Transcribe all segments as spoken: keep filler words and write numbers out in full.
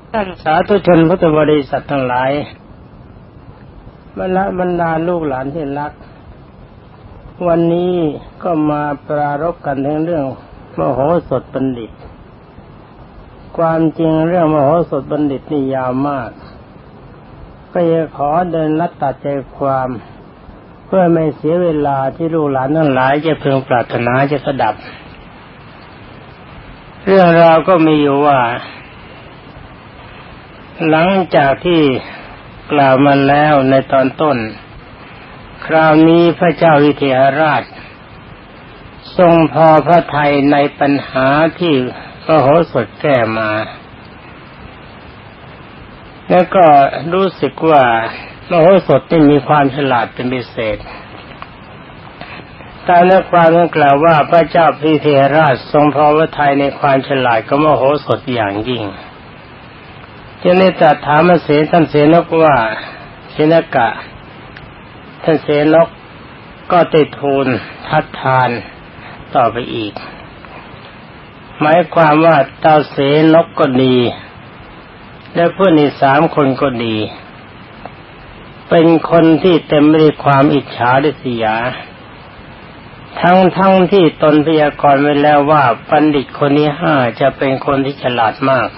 ท่านสาธุชนพุทธบริษัททั้งหลายบรรดาบรรดาลูกหลานที่รักวันนี้ก็มาปรารภกันในเรื่องมโหสถบัณฑิตความจริงเรื่องมโหสถบัณฑิตนี่ยาวมากก็จะขอเดินลัดตัดใจความเพื่อไม่เสียเวลาที่ลูกหลานทั้งหลายจะพึงปรารถนาจะสดับเรื่องราวก็มีอยู่ว่าหลังจากที่กล่าวมาแล้วในตอนต้นคราวนี้พระเจ้าวิเทหราชทรงพอพระทัยในปัญหาที่มโหสถแก้มาแล้วก็รู้สึกว่ามโหสถนี่มีความฉลาดเป็นพิเศษตามเนื้อความนั้นกล่าวว่าพระเจ้าวิเทหราชทรงพอพระทัยในความฉลาดของมโหสถอย่างยิ่งจึงได้ตรัสถามเสนท่านเสนกว่าเสนกะท่านเสนกก็ติดทูลทัดทานต่อไปอีกหมายความว่าเต้าเสนกก็ดีและเพื่อนอีกสามคนก็ดีเป็นคนที่เต็มไปด้วยความอิจฉาริษยาทั้งทั้งที่ตนพยากรณ์ไว้แล้วว่าบัณฑิตคนนี้ห้าจะเป็นคนที่ฉลาดมาก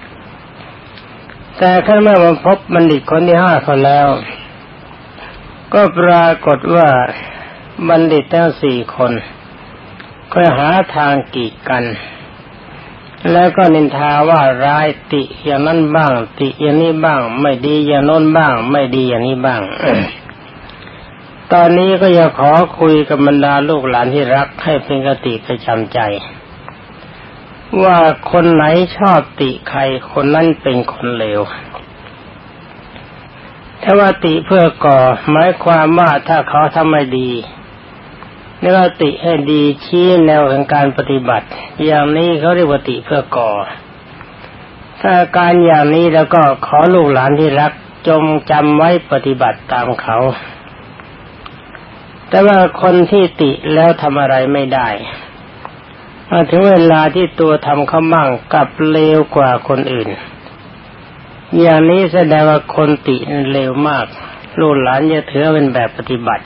แต่ขั้นเมื่อมาพบบัณฑิตคนที่ห้าเขาแล้วก็ปรากฏว่าบัณฑิตทั้งสี่คนก็หาทางกีดกันแล้วก็นินทาว่าร้ายติอย่างนั้นบ้างติอย่างนี้บ้างไม่ดีอย่างโน้นบ้างไม่ดีอย่างนี้บ้าง ตอนนี้ก็อยากขอคุยกับบรรดาลูกหลานที่รักให้เป็นคติประจำใจว่าคนไหนชอบติใครคนนั้นเป็นคนเลวถ้าว่าติเพื่อก่อหมายความว่าถ้าเขาทำไม่ดีนี่ก็ติให้ดีชี้แนวแห่งการปฏิบัติอย่างนี้เขาเรียกว่าติเพื่อก่อถ้าการอย่างนี้แล้วก็ขอลูกหลานที่รักจงจำไว้ปฏิบัติตามเขาแต่ว่าคนที่ติแล้วทำอะไรไม่ได้ถึงเวลาที่ตัวทำเขามั่งกับเลวกว่าคนอื่นอย่างนี้แสดงว่าคนตินั้นเลวมากลูกหลานอย่าถือเป็นแบบปฏิบัติ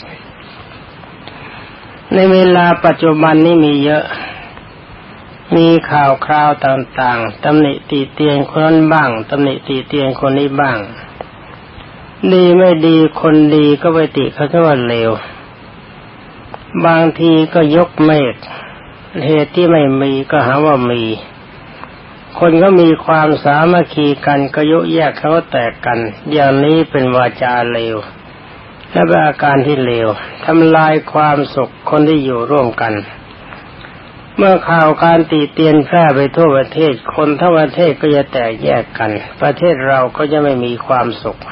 ในเวลาปัจจุบันนี้มีเยอะมีข่าวคราวต่างๆตำหนิติเตียนคนนั้นบ้างตำหนิติเตียนคนนี้บ้างดีไม่ดีคนดีก็ไปติเขาว่าเลวบางทีก็ยกเมฆเหตุที่ไม่มีก็หาว่ามีคนก็มีความสามัคคีกันก็ยุแยกเขาแตกกันอย่างนี้เป็นวาจาเลวและเป็นอาการที่เลวทำลายความสุขคนที่อยู่ร่วมกันเมื่อข่าวการตีเตียนแพร่ไปทั่วประเทศคนทั้งประเทศก็จะแตกแยกกันประเทศเราก็จะไม่มีความสุข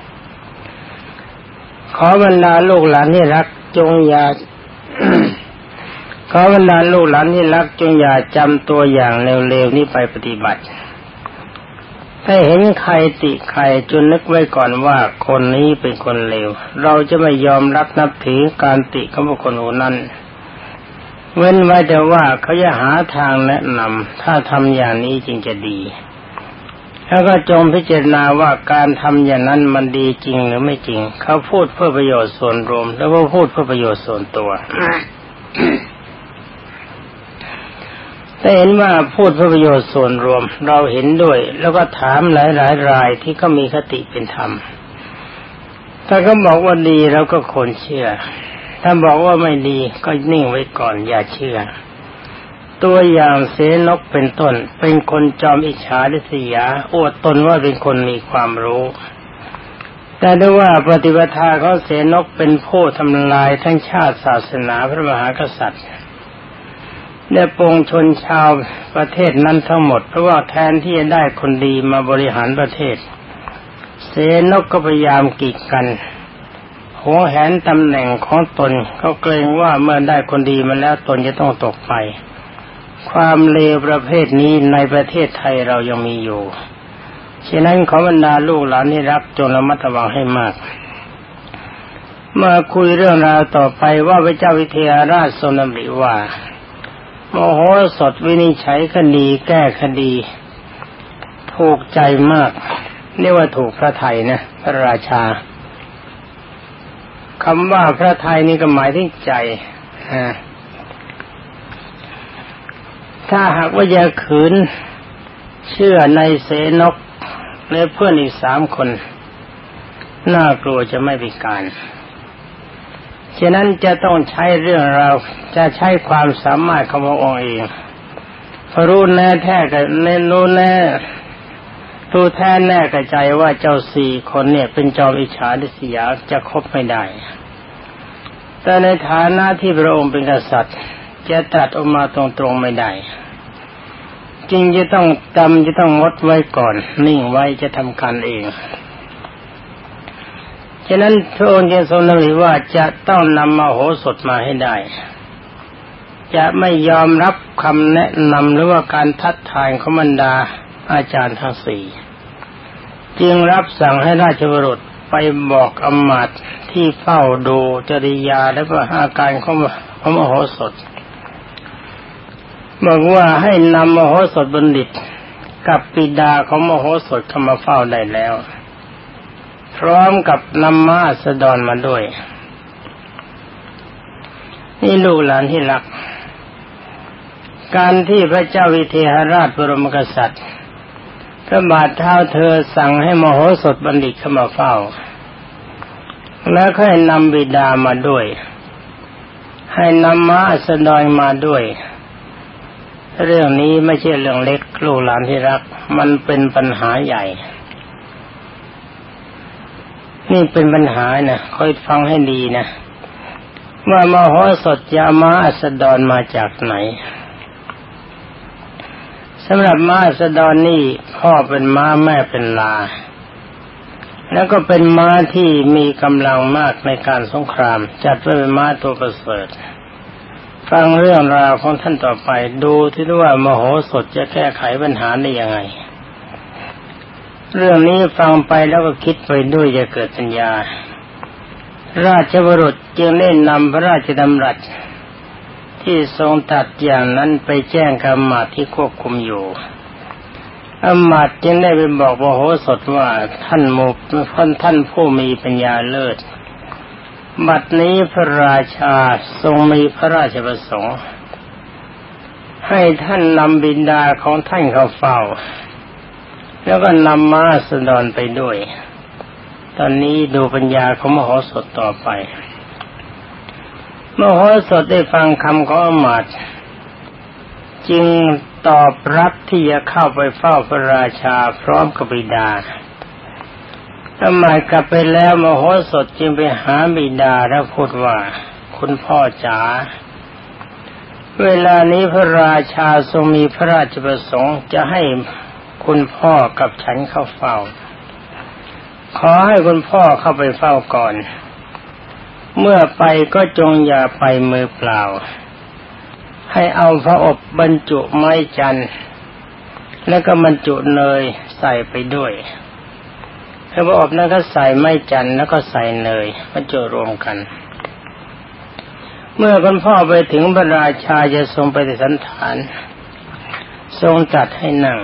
ขอบรรดาลูกหลานที่รักจงอย่า ขอบรรดาลูกหลานที่รักจงอย่าจำตัวอย่างเลวๆนี้ไปปฏิบัติถ้าเห็นใครติใครจนนึกไว้ก่อนว่าคนนี้เป็นคนเลวเราจะไม่ยอมรับนับถือการติของบุคคลคนนั้นเว้นไว้แต่ว่าเขาจะหาทางแนะนำถ้าทำอย่างนี้จึงจะดีแล้วก็จงพิจารณาว่าการทำอย่างนั้นมันดีจริงหรือไม่จริงเขาพูดเพื่อประโยชน์ส่วนรวมแล้วก็พูดเพื่อประโยชน์ส่วนตัว แต่เห็นว่าพูดเพื่อประโยชน์ส่วนรวมเราเห็นด้วยแล้วก็ถามหลายๆรายที่เขามีคติเป็นธรรมถ้าเขาบอกว่าดีเราก็ควรเชื่อถ้าบอกว่าไม่ดีก็นิ่งไว้ก่อนอย่าเชื่อตัวอย่างเสนกเป็นต้นเป็นคนจอมอิจฉาริษยาอวดตนว่าเป็นคนมีความรู้แต่ด้วยว่าปฏิปทาของเสนกเป็นผู้ทำลายทั้งชาติศาสนาพระมหากษัตริย์และปวงชนชาวประเทศนั้นทั้งหมดเพราะว่าแทนที่จะได้คนดีมาบริหารประเทศเสนกก็พยายามกีดกันหวงแหนตำแหน่งของตนเขาเกรงว่าเมื่อได้คนดีมาแล้วตนจะต้องตกไปความเลวประเภทนี้ในประเทศไทยเรายังมีอยู่ฉะนั้นขอบรรดาลูกหลานที่รักจงระมัดระวังให้มากมาคุยเรื่องราวต่อไปว่าพระเจ้าวิเทหราชทรงดำริว่ามโหสถวินิจฉัยคดีแก้คดี ทถูกใจมากเรียกว่าถูกพระทัยนะพระราชาคำว่าพระทัยนี่ก็หมายถึงใจถ้าหากว่าจะขืนเชื่อในเสนกและเพื่อนอีกสามคนน่ากลัวจะไม่เป็นการฉะนั้นจะต้องใช้เรื่องราวจะใช้ความสามารถของพระองค์เองเพราะรู้แน่แท้กับเน้นรู้แน่รู้แท้แน่กระใจว่าเจ้าสี่คนเนี่ยเป็นจอมอิจฉาริษยาจะคบไม่ได้แต่ในฐานะที่พระองค์เป็นกษัตริย์จะตรัสออกมาตรงๆไม่ได้จริงจะต้องจำจะต้องงดไว้ก่อนนิ่งไว้จะทำการเองฉะนั้นพระองค์จึงทรงดำริว่าจะต้องนำมโหสถมาให้ได้จะไม่ยอมรับคำแนะนำหรือว่าการทัดทานของบรรดาอาจารย์ทั้งสี่จึงรับสั่งให้ราชบุรุษไปบอกอมาตย์ที่เฝ้าดูจริยาและก็อาการของพระมโหสถบอกว่าให้นำมโหสถบัณฑิตกับปิดาของมโหสถเข้ามาเฝ้าได้แล้วพร้อมกับนำม้าสดรมาด้วยนี่ลูกหลานที่รักการที่พระเจ้าวิเทหราชบรมกษัตริย์พระบาทเท้าเธอสั่งให้มโหสถบัณฑิตเข้ามาเฝ้าแล้วให้นำบิดามาด้วยให้นำม้าสดรมาด้วยเรื่องนี้ไม่ใช่เรื่องเล็กลูกหลานที่รักมันเป็นปัญหาใหญ่นี่เป็นปัญหานะค่อยฟังให้ดีนะว่ามโหสถจะม้าสดรมาจากไหนสำหรับม้าสดรนี่พ่อเป็นม้าแม่เป็นลาแล้วก็เป็นม้าที่มีกำลังมากในการสงครามจัดไว้เป็นม้าตัวประเสริฐฟังเรื่องราวของท่านต่อไปดูที่ว่ามโหสถจะแก้ไขปัญหาได้ยังไงเรื่องนี้ฟังไปแล้วก็คิดไปด้วยจะเกิดปัญญาราชบุรุษจึงได้นำพระราชดำรัสที่ทรงตรัสอย่างนั้นไปแจ้งกับอมาตย์ที่ควบคุมอยู่อมาตย์จึงได้ไปบอกมโหสถว่าท่านมุขท่านผู้มีปัญญาเลิศบัดนี้พระราชาทรงมีพระราชประสงค์ให้ท่านนำบิดาของท่านเข้าเฝ้าแล้วก็นำม้าสดรไปด้วยตอนนี้ดูปัญญาของมโหสถต่อไปมโหสถได้ฟังคำของอมาตย์จึงตอบรับที่จะเข้าไปเฝ้าพระราชาพร้อมกับบิดาอมาตย์กลับไปแล้วมโหสถจึงไปหาบิดาแล้วพูดว่าคุณพ่อจ๋าเวลานี้พระราชาทรงมีพระราชประสงค์จะให้คุณพ่อกับฉันเข้าเฝ้าขอให้คุณพ่อเข้าไปเฝ้าก่อนเมื่อไปก็จงอย่าไปมือเปล่าให้เอาพระอบบรรจุไม้จันทร์แล้วก็บรรจุเนยใส่ไปด้วยพระอบนั้นก็ใส่ไม้จันทร์แล้วก็ใส่เนยบรรจุรวมกันเมื่อคุณพ่อไปถึงพระราชาจะทรงไปฏิสันถานทรงตรัสให้นั่ง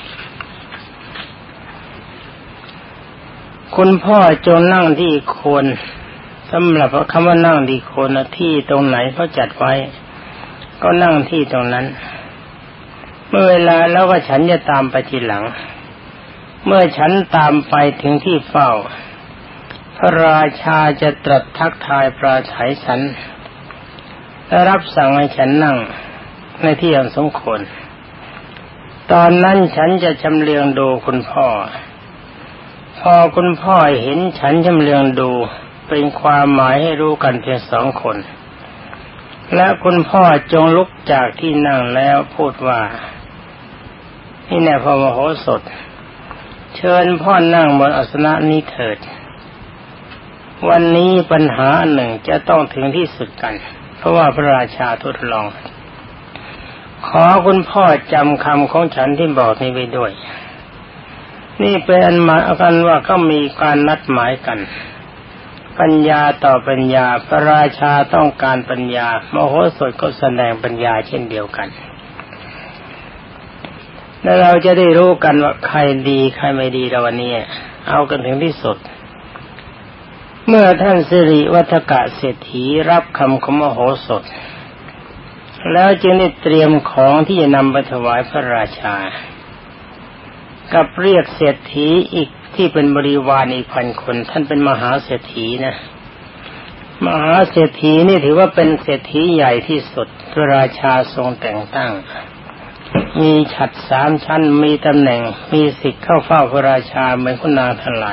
คุณพ่อจงนั่งที่โคนสำหรับคำว่านั่งที่โคนที่ตรงไหนเขาจัดไว้ก็นั่งที่ตรงนั้นเมื่อเวลาแล้วก็ฉันจะตามไปทีหลังเมื่อฉันตามไปถึงที่เฝ้าพระราชาจะตรัสทักทายปราศัยฉันและรับสั่งให้ฉันนั่งในที่อันสมควรตอนนั้นฉันจะชำเลืองดูคุณพ่อพอคุณพ่อเห็นฉันชำเลืองดูเป็นความหมายให้รู้กันเพียงสองคนและคุณพ่อจงลุกจากที่นั่งแล้วพูดว่านี่แน่พระมโหสถเชิญพ่อนั่งบนอาสนะนี้เถิดวันนี้ปัญหาหนึ่งจะต้องถึงที่สุดกันเพราะว่าพระราชาทดลองขอคุณพ่อจำคำของฉันที่บอกนี้ไว้ด้วยนี่เป็นอันหมายกันว่าก็มีการนัดหมายกันปัญญาต่อปัญญาพระราชาต้องการปัญญามโหสถก็แสดงปัญญาเช่นเดียวกันแล้วเราจะได้รู้กันว่าใครดีใครไม่ดีเราวันนี้เอากันถึงที่สุดเมื่อท่านสิริวัฒกะเศรษฐีรับคำของมโหสถแล้วจึงได้เตรียมของที่จะนำไปถวายพระราชากับเรียกเศรษฐีอีกที่เป็นบริวารอีกพันคนท่านเป็นมหาเศรษฐีนะมหาเศรษฐีนี่ถือว่าเป็นเศรษฐีใหญ่ที่สุดพระราชาทรงแต่งตั้งมีฉัตรสามชั้นมีตำแหน่งมีสิทธิ์เข้าเฝ้าพระราชาเหมือนคุณนางทั้งหลาย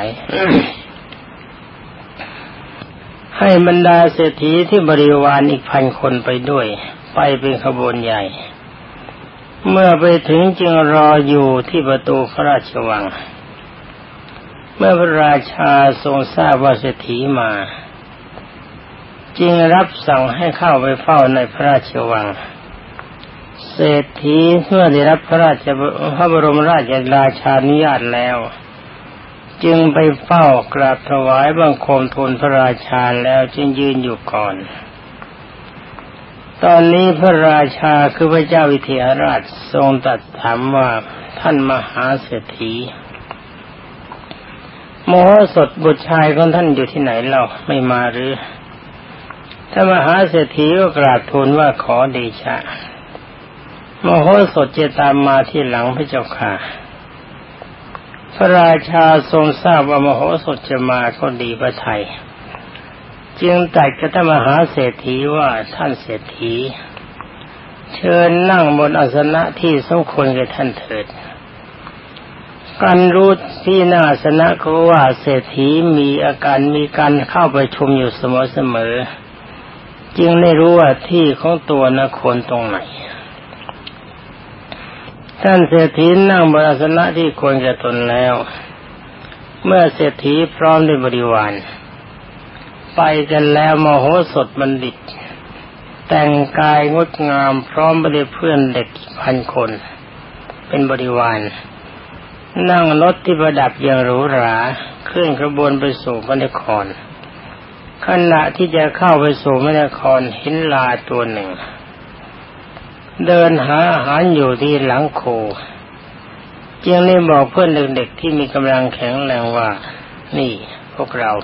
ให้บรรดาเศรษฐีที่บริวารอีกพันคนไปด้วยไปเป็นขบวนใหญ่เมื่อไปถึงจึงรออยู่ที่ประตูพระราชวังเมื่อพระราชาทรงทราบว่าเศรษฐีมาจึงรับสั่งให้เข้าไปเฝ้าในพระราชวังเศรษฐีเมื่อได้รับพระราชพระบรมราชราชานุญาตแล้วจึงไปเฝ้ากราบถวายบังคมทูลพระราชาแล้วจึงยืนอยู่ก่อนตอนนี้พระราชาคือพระเจ้าวิเทหราชทรงตรัสถามว่าท่านมหาเศรษฐีโมโหสถบุตรชายของท่านอยู่ที่ไหนเล่าไม่มาหรือถ้ามหาเศรษฐีก็กราบทูลว่าขอเดชะโมโหสถจะตามมาที่หลังพระเจ้าค่ะพระราชาทรงทราบว่าโมโหสถจะมาก็ดีพระทัยจึงตรัสกับท่านมหาเศรษฐีว่าท่านเศรษฐีเชิญนั่งบนอาสนะที่สมควรแก่ท่านเถิดการรู้ที่หน้าอาสนะก็ว่าเศรษฐีมีอาการมีการเข้าไปชมอยู่เสมอๆจึงได้รู้ว่าที่ของตัวนะควรตรงไหนท่านเศรษฐีนั่งบนอาสนะที่ควรแก่ตนแล้วเมื่อเศรษฐีพร้อมด้วยบริวารไปกันแล้วมโหสถบัณฑิตแต่งกายงดงามพร้อมไปด้วยเพื่อนเด็กพันคนเป็นบริวารนั่งรถที่ประดับอย่างหรูหราเคลื่อนขบวนไปสู่พระนครขณะที่จะเข้าไปสู่พระนครเห็นลาตัวหนึ่งเดินหาอาหารอยู่ที่หลังโคจึงได้บอกเพื่อนเด็กๆที่มีกำลังแข็งแรงว่านี่พวกเรา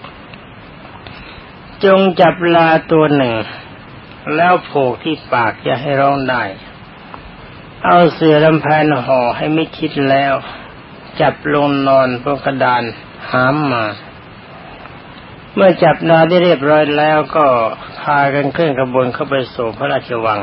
จงจับลาตัวหนึ่งแล้วผูกที่ปากอย่าให้ร้องได้เอาเสื่อลำแพนห่อให้ไม่คิดแล้วจับลงนอนบนกระดานหามมาเมื่อจับนาได้เรียบร้อยแล้วก็พากันเคลื่อนขบวนเข้าไปสู่พระราชวัง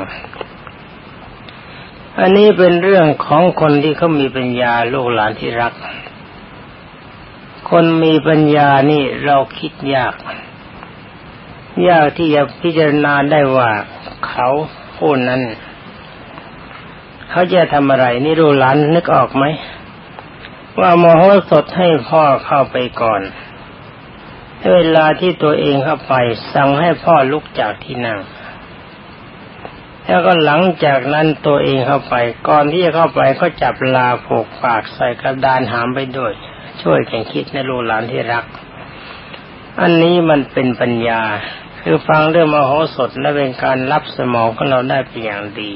อันนี้เป็นเรื่องของคนที่เขามีปัญญาลูกหลานที่รักคนมีปัญญานี่เราคิดยากยากที่จะพิจารณาได้ว่าเขาผู้นั้นเขาจะทำอะไรนี่ลูกหลานนึกออกไหมว่าโมโหสถให้พ่อเข้าไปก่อนเวลาที่ตัวเองเข้าไปสั่งให้พ่อลุกจากที่นั่งแล้วก็หลังจากนั้นตัวเองเข้าไปก่อนที่จะเข้าไปก็จับลาผูกปากใส่กระดานหามไปด้วยช่วยกันคิดในลูกหลานที่รักอันนี้มันเป็นปัญญาคือฟังเรื่องมโหสถและเป็นการรับสมองของเราได้เป็นอย่างดี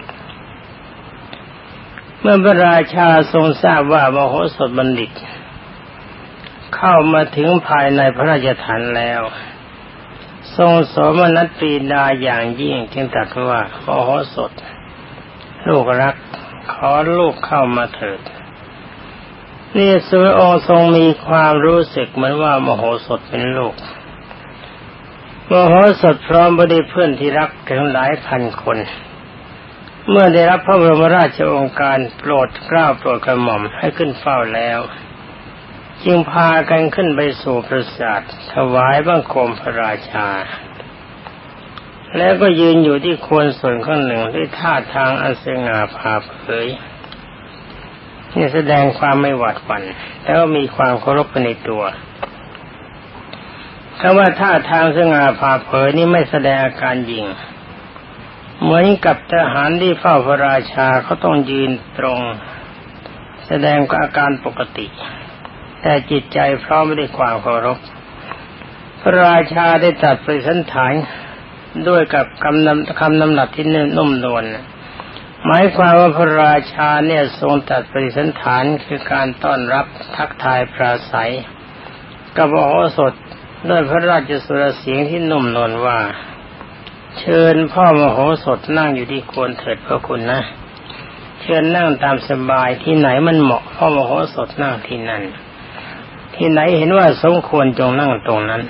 เมื่อพระราชาทรงทราบว่ามโหสถบัณฑิตเข้ามาถึงภายในพระราชฐานแล้วทรงโสมนัสปรีดาอย่างยิ่งจึงตรัสว่ามโหสถลูกรักขอลูกเข้ามาเถิดนี่สุรองค์ทรงมีความรู้สึกเหมือนว่ามโหสถเป็นลูกมโหสถพร้อมด้วยเพื่อนที่รักถึงหลายพันคนเมื่อได้รับพระบรมราชโองการโปรดเกล้าโปรดกระหม่อมให้ขึ้นเฝ้าแล้วจึงพากันขึ้นไปสู่ปราสาทถวายบังคมพระราชาแล้วก็ยืนอยู่ที่โคนส่วนข้างหนึ่งด้วยท่าทางอันสง่าผ่าเผยนี่แสดงความไม่หวาดหวั่นแต่ว่ามีความเคารพในตัวคำว่าท่าทางสง่าผ่าเผยนี่ไม่แสดงอาการหยิ่งเหมือนกับทหารที่เฝ้าพระราชาเขาต้องยืนตรงแสดงอาการปกติแต่จิตใจพร้อมด้วยความเคารพพระราชาได้ตรัสไปสันถานด้วยกับคำนำคำนำหนักที่นุ่มนวลหมายความว่าพระราชาเนี่ยทรงตัดปฏิสันถานคือการต้อนรับทักทายปราศัยกับมโหสถด้วยพระราชสุรเสียงที่นุ่มนวลว่าเชิญพ่อมโหสถนั่งอยู่ที่โคนเถิดพระคุณนะเชิญนั่งตามสบายที่ไหนมันเหมาะพ่อมโหสถนั่งที่นั่นที่ไหนเห็นว่าสมควรจงนั่งตรงนั้น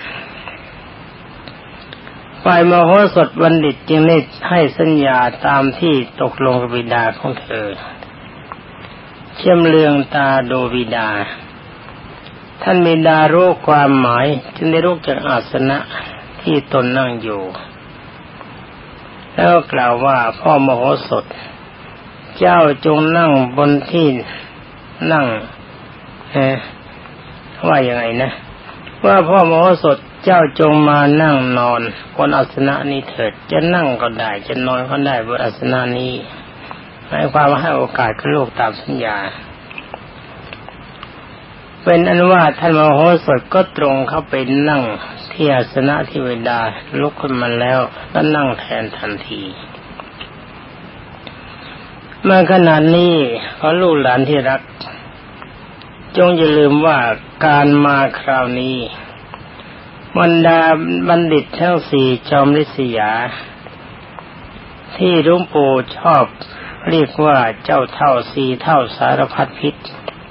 ฝ่ายมโหสถบัณฑิตจึงได้ให้สัญญาตามที่ตกลงกับบิดาของเธอเชื่อมเลืองตาดูบิดาท่านบิดารู้ความหมายจึงได้ลุกจากอาสนะที่ตนนั่งอยู่แล้วกล่าวว่าพ่อมโหสถเจ้าจงนั่งบนที่นั่งเอ่อว่ายังไงนะว่าพ่อมโหสถเจ้าจงมานั่งนอนบนอาสนะนี้เถิดจะนั่งก็ได้จะนอนก็ได้บนอาสนะนี้หมายความว่าให้โอกาสกับลูกตามสัญญาเป็นอันว่าท่านมโหสถก็ตรงเข้าไปนั่งที่อาสนะที่บิดาลุกขึ้นมาแล้วก็นั่งแทนทันทีเมื่อขณะนี้ขอลูกหลานที่รักจงอย่าลืมว่าการมาคราวนี้บรรดาบัณฑิตทั้งสี่จอมฤทธิ์ยาที่หลวงปู่ชอบเรียกว่าเจ้าเท่าสี่เท่าสารพัดพิษ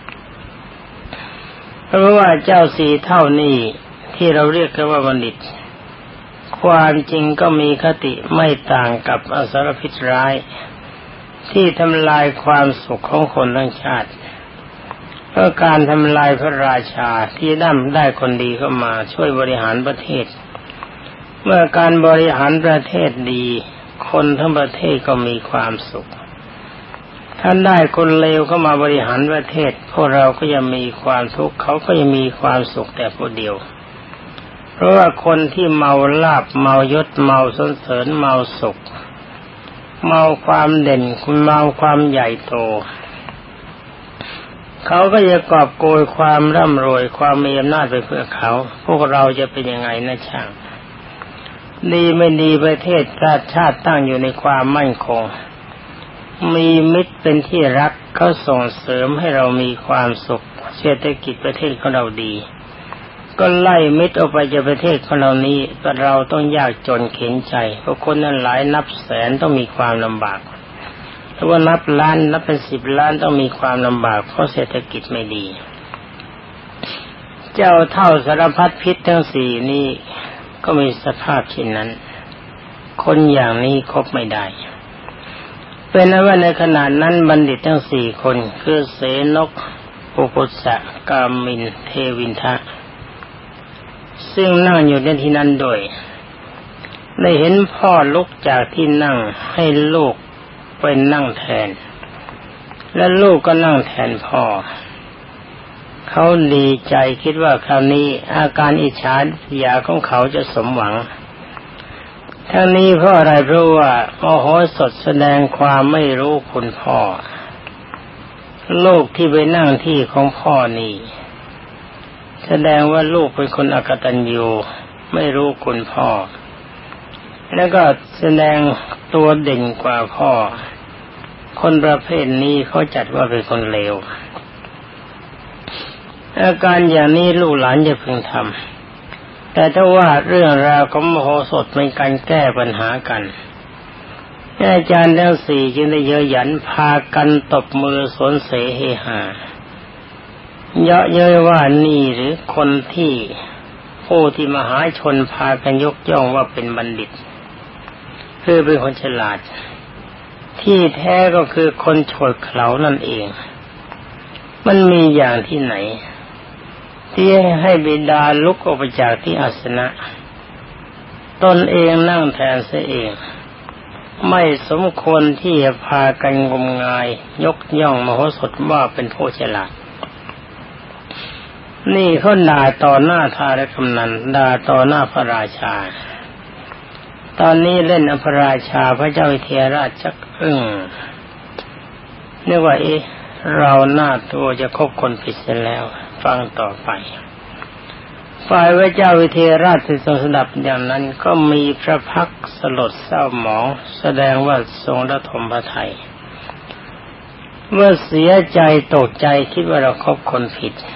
เพราะว่าเจ้าสี่เท่านี้ที่เราเรียกกันว่าบัณฑิตความจริงก็มีคติไม่ต่างกับอสรพิษร้ายที่ทำลายความสุขของคนทั้งชาติเพราะการทำลายพระราชาที่ได้ได้คนดีเข้ามาช่วยบริหารประเทศเมื่อการบริหารประเทศดีคนทั้งประเทศก็มีความสุขถ้าได้คนเลวเข้ามาบริหารประเทศพวกเราก็ยังมีความทุกข์เขาก็ยังมีความสุขแต่ผู้เดียวเพราะว่าคนที่เมาลาภเมายศเมาสรรเสริญเมาสุขเมาความเด่นคุณเมาความใหญ่โตเขาก็จะกอบโกยความร่ำรวยความมีอำนาจไปเพื่อเขาพวกเราจะเป็นยังไงนะช่างดีไม่ดีประเทศชาติชาติตั้งอยู่ในความมั่นคงมีมิตรเป็นที่รักเขาส่งเสริมให้เรามีความสุขเศรษฐกิจประเทศของเราดีก็ไล่มิตรออกไปจากประเทศของเรานี้แต่เราต้องยากจนเข็ญใจเพราะคนนั้นหลายนับแสนต้องมีความลำบากถ้าว่านับล้านนับเป็นสิบล้านต้องมีความลำบากเพราะเศรษฐกิจไม่ดีเจ้าเท่าสารพัดพิษทั้งสี่นี้ก็มีสภาพเช่นนั้นคนอย่างนี้คบไม่ได้เป็นนั้นว่าในขณะนั้นบัณฑิตทั้งสี่คนคือเสนกปุกุสะกามินเทวินทะซึ่งนั่งอยู่ในที่นั้นโดยได้เห็นพ่อลุกจากที่นั่งให้ลูกไปนั่งแทนและลูกก็นั่งแทนพ่อเขาดีใจคิดว่าคราวนี้อาการอิจฉาริษยาของเขาจะสมหวังทั้งนี้เพราะอะไรเพราะว่ามโหสถแสดงความไม่รู้คุณพ่อลูกที่ไปนั่งที่ของพ่อนี่แสดงว่าลูกเป็นคนอกตัญญูไม่รู้คุณพ่อแล้วก็แสดงตัวเด่นกว่าพ่อคนประเภทนี้เขาจัดว่าเป็นคนเลวอาการอย่างนี้ลูกหลานจะพึงทำแต่ถ้าว่าเรื่องราวของมโหสถเป็นการแก้ปัญหากันอาจารย์ทั้งสี่จึงได้เย้ยหยันพากันตบมือสนเสเฮฮาเยาะเย้ยว่านี่หรือคนที่ผู้ที่มหาชนพากันยกย่องว่าเป็นบัณฑิตคือเป็นคนฉลาดที่แท้ก็คือคนโฉดเขลานั่นเองมันมีอย่างที่ไหนที่ให้บิดาลุกออกไปจากที่อาสนะตนเองนั่งแทนเสียเองไม่สมควรที่จะพากันงมงายยกย่องมโหสถว่าเป็นผู้ฉลาดนี่เขาด่าต่อหน้าทาสกำนันด่าต่อหน้าพระราชาตอนนี้เล่นอภราชาพระเจ้าวิเทหราชชักอึ้งนึกว่าเอ๊ะเราหน้าตัวจะคบคนผิดเสียแล้วฟังต่อไปฝ่ายพระเจ้าวิเทหราชที่ทรงสดับอย่างนั้นก็มีพระพักตร์สลดเศร้าหมองแสดงว่าทรงระทมพระทัยเมื่อเสียใจตกใจคิดว่าเราคบคนผิด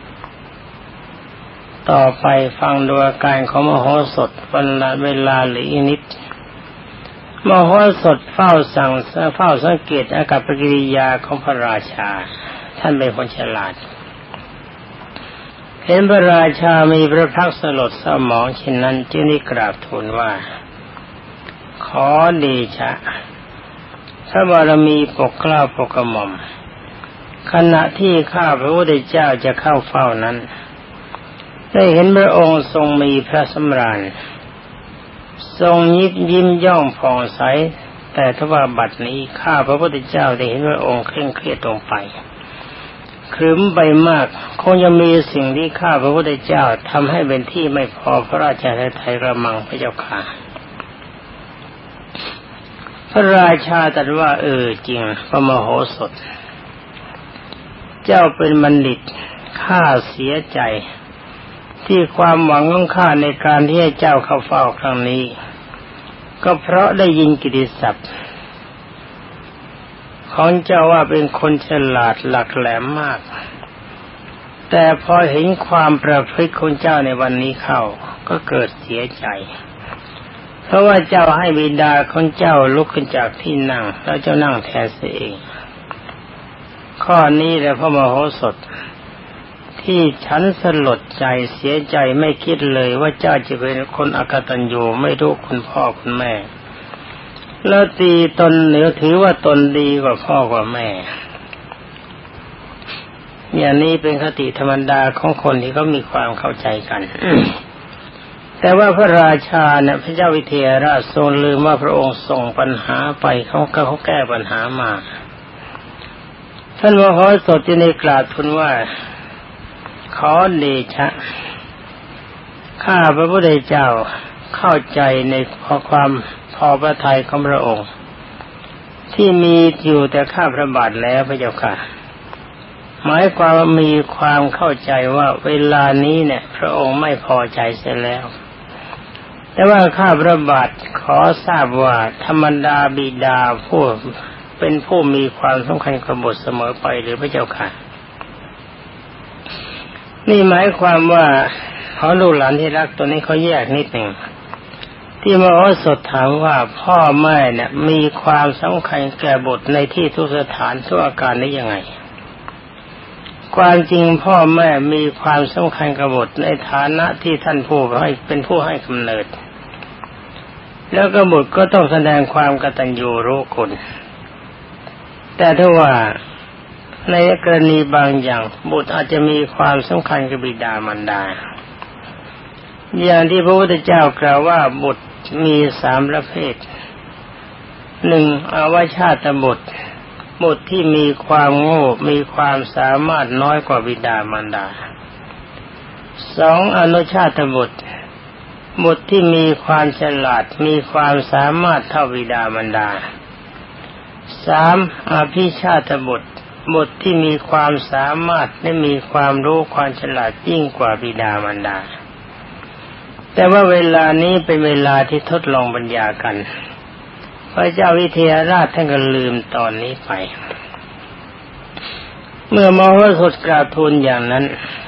ต่อไปฟังดูอาการของมโหสถวันละเวลาหรืออีกนิดมโหสถเฝ้าสั่งเฝ้าสังเกตอากัปกิริยาของพระราชาท่านเป็นคนฉลาดเห็นพระราชามีพระพักตร์สลดเศร้าหมองเช่นนั้นจึงได้กราบทูลว่าขอเดชะพระบารมีปกเกล้าปกกระหม่อมขณะที่ข้าพระพุทธเจ้าจะเข้าเฝ้านั้นได้เห็นพระองค์ทรงมีพระสำราญทรงยิ้มยิ้มย่องผ่องใสแต่ทว่าบัดนี้ข้าพระพุทธเจ้าได้เห็นพระองค์เคร่งเครียดลงไปครึ้มไปมากคงจะมีสิ่งที่ข้าพระพุทธเจ้าทำให้เป็นที่ไม่พอพระราชาไทยกระมังพระเจ้าค่ะพระราชาตรัสว่าเออจริงพระมโหสถเจ้าเป็นบัณฑิตข้าเสียใจที่ความหวังของข้าในการที่ให้เจ้าเข้าเฝ้าครั้งนี้ก็เพราะได้ยินกิตติศัพท์ของเจ้าว่าเป็นคนฉลาดหลักแหลมมากแต่พอเห็นความประพฤติของเจ้าในวันนี้เข้าก็เกิดเสียใจเพราะว่าเจ้าให้บิดาของเจ้าลุกขึ้นจากที่นั่งแล้วเจ้านั่งแทนเสียเองข้อนี้แหละพระมโหสถที่ฉันสลดใจเสียใจไม่คิดเลยว่าเจ้าจะเป็นคนอกตัญญูไม่รู้คุณพ่อคุณแม่แล้วตีตนเหนือถือว่าตนดีกว่าพ่อกว่าแม่อย่างนี้เป็นคติธรรมดาของคนที่เขามีความเข้าใจกัน แต่ว่าพระราชาเนี่ยพระเจ้าวิเทหราชทรงลืมว่าพระองค์ส่งปัญหาไปเขาก็เขาแก้ปัญหามาท่านมโหสถจึงได้กราบทูลว่าขอเดชะข้าพระพุทธเจ้าเข้าใจในความพอพระทัยของพระองค์ที่มีอยู่แต่ข้าพระบาทแล้วพระเจ้าค่ะหมายความว่ามีความเข้าใจว่าเวลานี้เนี่ยพระองค์ไม่พอใจเสียแล้วแต่ว่าข้าพระบาทขอทราบว่าธรรมดาบิดาผู้เป็นผู้มีความสำคัญกับบุตรเสมอไปหรือพระเจ้าค่ะนี่หมายความว่าเขาลูกหลานที่รักตัวนี้เขาแยกนิดหนึ่งที่มโหสถถามว่าพ่อแม่เนี่ยมีความสำคัญแก่บุตรในที่ทุกสถานทุกอาการได้ยังไงความจริงพ่อแม่มีความสำคัญกับบุตรในฐานะที่ท่านผู้ให้เป็นผู้ให้กำเนิดแล้วก็บุตรก็ต้องแสดงความกตัญญูรู้คุณแต่ถ้าว่าในกรณีบางอย่างบุตรอาจจะมีความสำคัญกับบิดามารดาอย่างที่พระพุทธเจ้ากล่าวว่าบุตรมีสามประเภทหนึ่งอวชาตบุตรบุตรที่มีความโง่มีความสามารถน้อยกว่าบิดามารดาสองอนุชาตบุตรบุตรที่มีความฉลาดมีความสามารถเท่าบิดามารดาสามอภิชาตบุตรบุตรที่มีความสามารถและมีความรู้ความฉลาดยิ่งกว่าบิดามารดาแต่ว่าเวลานี้เป็นเวลาที่ทดลองปัญญากันพระเจ้าวิเทหราชท่านก็ลืมตอนนี้ไปเมื่อมโหสถกราบทูลอย่างนั้น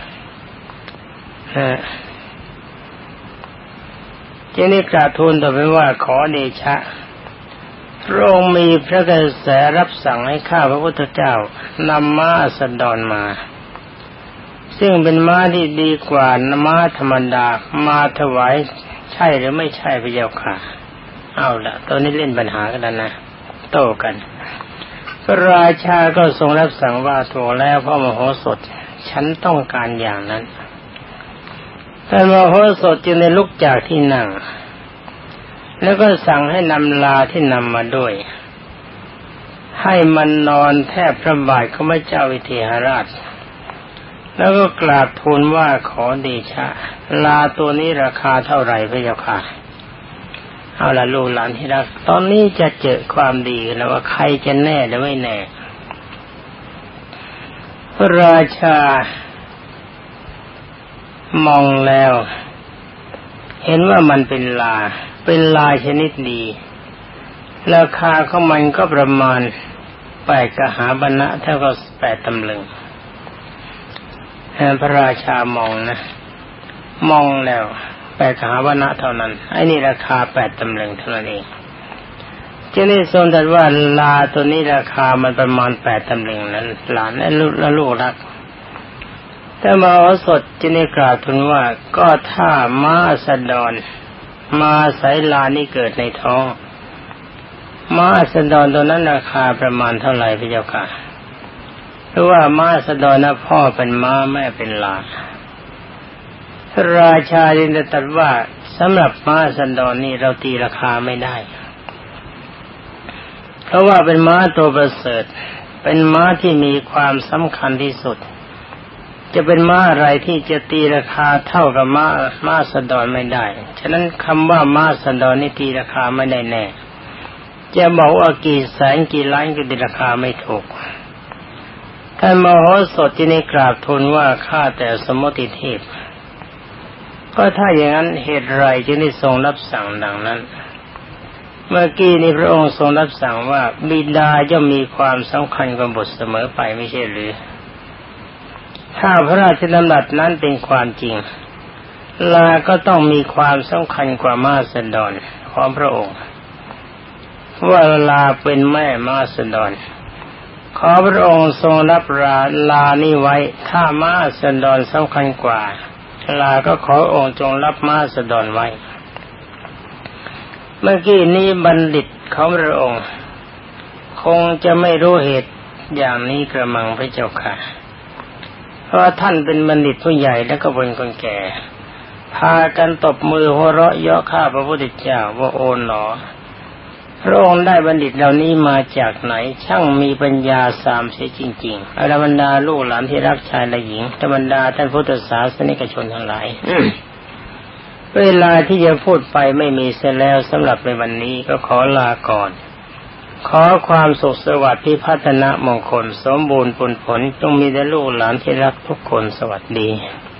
จึงได้กราบทูลต่อไปว่าขอเดชะพระองค์มีพระกระแสรับสั่งให้ข้าพระพุทธเจ้านำม้าอัสดรมาซึ่งเป็นม้าที่ดีกว่าม้าธรรมดามาถวายใช่หรือไม่ใช่พระเจ้าค่ะเอาละตอนนี้เล่นปัญหากันแล้วนะโต้กันพระราชาก็ทรงรับสั่งว่าถูกแล้วพ่อมโหสถฉันต้องการอย่างนั้นท่านมโหสถจึงได้ลุกจากที่นั่งแล้วก็สั่งให้นำลาที่นำมาด้วยให้มันนอนแทบพระบาทของพระเจ้าวิเทหราชแล้วก็กราบทูลว่าขอเดชะลาตัวนี้ราคาเท่าไหร่พระเจ้าค่ะเอาล่ะลูกหลานที่รักตอนนี้จะเจอความดีแล้วว่าใครจะแน่หรือไม่แน่พระราชามองแล้วเห็นว่ามันเป็นลาเป็นลาชนิดดีราคาของมันก็ประมาณแปดกหาบรรณะเท่ากับแปดตำลึงพระราชามองนะมองแล้วแปดกหาบรรณะเท่านั้นไอ้นี่ราคาแปดตำลึงเท่านั้นเองจึงได้ทรงตรัสว่าลาตัวนี้ราคามันประมาณแปดตำลึงนั้นหลานและลูกและลูกรักแต่มโหสถจึงได้กล่าวทูลว่าก็ถ้าม้าสะดอนมาสายลานี่เกิดในท้องม้าสะดอนตัวนั้นราคาประมาณเท่าไหร่พระเจ้าค่ะเพราะว่าม้าสะดอนนะพ่อเป็นม้าแม่เป็นลาพระราชาจึงได้ตรัสว่าสำหรับม้าสะดอนนี่เราตีราคาไม่ได้เพราะว่าเป็นม้าตัวประเสริฐเป็นม้าที่มีความสำคัญที่สุดจะเป็นม้าอะไรที่จะตีราคาเท่ากับม้าม้าสะดอนไม่ได้ฉะนั้นคำว่าม้าสะดอนนี่ตีราคาไม่ได้แน่จะบอกว่ากี่แสนกี่ล้านก็ตีราคาไม่ถูกท่านมโหสถจึงได้กราบทูลว่าข้าแต่สมมติเทพก็ถ้าอย่างนั้นเหตุไรจึงได้ทรงรับสั่งดังนั้นเมื่อกี้นี้พระองค์ทรงรับสั่งว่าบิดาย่อมมีความสำคัญกว่าบุตรเสมอไปไม่ใช่หรือถ้าพระราชดำรัสนั้นเป็นความจริงลาก็ต้องมีความสำคัญกว่าม้าสะดอนของพระองค์ว่าลาเป็นแม่ม้าสะดอนขอพระองค์ทรงรับราลานี้ไว้ถ้าม้าสะดอนสำคัญกว่าลาก็ขอองค์จงรับม้าสะดอนไว้เมื่อกี้นี้บัณฑิตของพระองค์คงจะไม่รู้เหตุอย่างนี้กระมังพระเจ้าค่ะเพราะท่านเป็นบัณฑิตผู้ใหญ่และก็เป็นคนแก่พากันตบมือหัวเราะเยาะข้าพระพุทธเจ้าว่าโอ๋หนอพระองค์ได้บัณฑิตเหล่านี้มาจากไหนช่างมีปัญญาสามเสียจริงๆอรบรรดาลูกหลานที่รักชายและหญิงธรรมดาท่านพุทธศาสนิกชนทั้งหลาย เวลาที่จะพูดไปไม่มีเสียแล้วสำหรับในวันนี้ก็ขอลาก่อนขอความสุขสวัสดิ์พิพัฒนมงคลสมบูรณ์ผลผลจงมีแด่ลูกหลานที่รักทุกคนสวัสดี